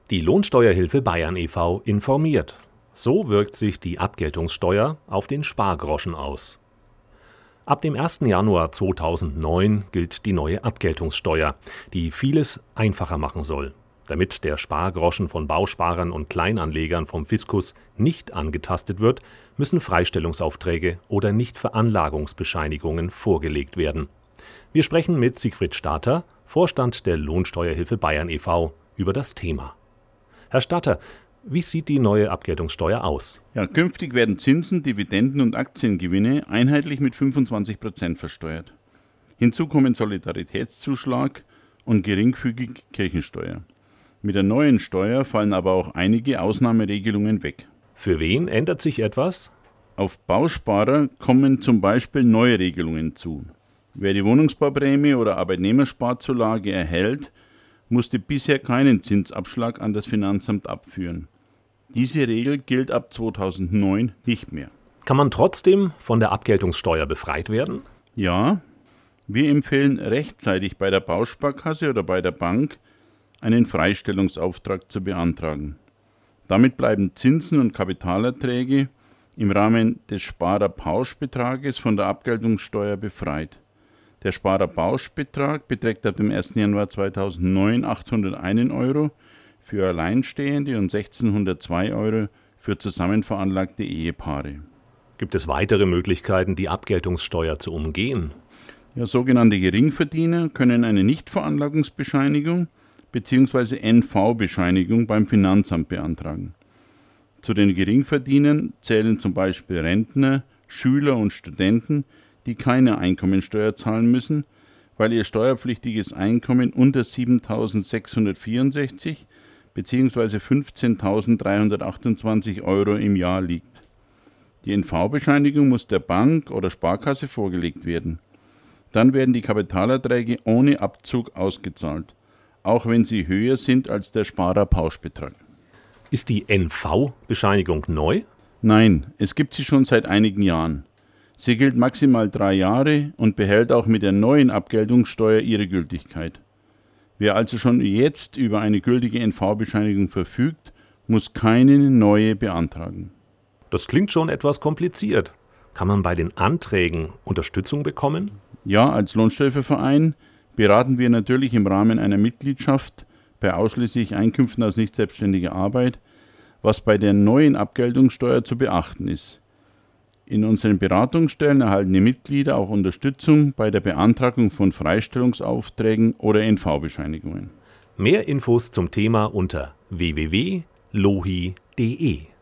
Die Lohnsteuerhilfe Bayern e.V. informiert. So wirkt sich die Abgeltungssteuer auf den Spargroschen aus. Ab dem 1. Januar 2009 gilt die neue Abgeltungssteuer, die vieles einfacher machen soll. Damit der Spargroschen von Bausparern und Kleinanlegern vom Fiskus nicht angetastet wird, müssen Freistellungsaufträge oder Nichtveranlagungsbescheinigungen vorgelegt werden. Wir sprechen mit Siegfried Stater, Vorstand der Lohnsteuerhilfe Bayern e.V., über das Thema. Herr Stater, wie sieht die neue Abgeltungssteuer aus? Ja, künftig werden Zinsen, Dividenden und Aktiengewinne einheitlich mit 25% versteuert. Hinzu kommen Solidaritätszuschlag und geringfügig Kirchensteuer. Mit der neuen Steuer fallen aber auch einige Ausnahmeregelungen weg. Für wen ändert sich etwas? Auf Bausparer kommen zum Beispiel neue Regelungen zu. Wer die Wohnungsbauprämie oder Arbeitnehmersparzulage erhält, musste bisher keinen Zinsabschlag an das Finanzamt abführen. Diese Regel gilt ab 2009 nicht mehr. Kann man trotzdem von der Abgeltungssteuer befreit werden? Ja, wir empfehlen rechtzeitig bei der Bausparkasse oder bei der Bank einen Freistellungsauftrag zu beantragen. Damit bleiben Zinsen und Kapitalerträge im Rahmen des Sparerpauschbetrages von der Abgeltungssteuer befreit. Der Sparerpauschbetrag beträgt ab dem 1. Januar 2009 801 Euro für Alleinstehende und 1602 Euro für zusammenveranlagte Ehepaare. Gibt es weitere Möglichkeiten, die Abgeltungssteuer zu umgehen? Ja, sogenannte Geringverdiener können eine Nichtveranlagungsbescheinigung bzw. NV-Bescheinigung beim Finanzamt beantragen. Zu den Geringverdienern zählen zum Beispiel Rentner, Schüler und Studenten, die keine Einkommensteuer zahlen müssen, weil ihr steuerpflichtiges Einkommen unter 7.664 bzw. 15.328 Euro im Jahr liegt. Die NV-Bescheinigung muss der Bank oder Sparkasse vorgelegt werden. Dann werden die Kapitalerträge ohne Abzug ausgezahlt, auch wenn sie höher sind als der Sparerpauschbetrag. Ist die NV-Bescheinigung neu? Nein, es gibt sie schon seit einigen Jahren. Sie gilt maximal 3 Jahre und behält auch mit der neuen Abgeltungssteuer ihre Gültigkeit. Wer also schon jetzt über eine gültige NV-Bescheinigung verfügt, muss keine neue beantragen. Das klingt schon etwas kompliziert. Kann man bei den Anträgen Unterstützung bekommen? Ja, als Lohnsteuerverein beraten wir natürlich im Rahmen einer Mitgliedschaft bei ausschließlich Einkünften aus nicht selbstständiger Arbeit, was bei der neuen Abgeltungssteuer zu beachten ist. In unseren Beratungsstellen erhalten die Mitglieder auch Unterstützung bei der Beantragung von Freistellungsaufträgen oder NV-Bescheinigungen. Mehr Infos zum Thema unter www.lohi.de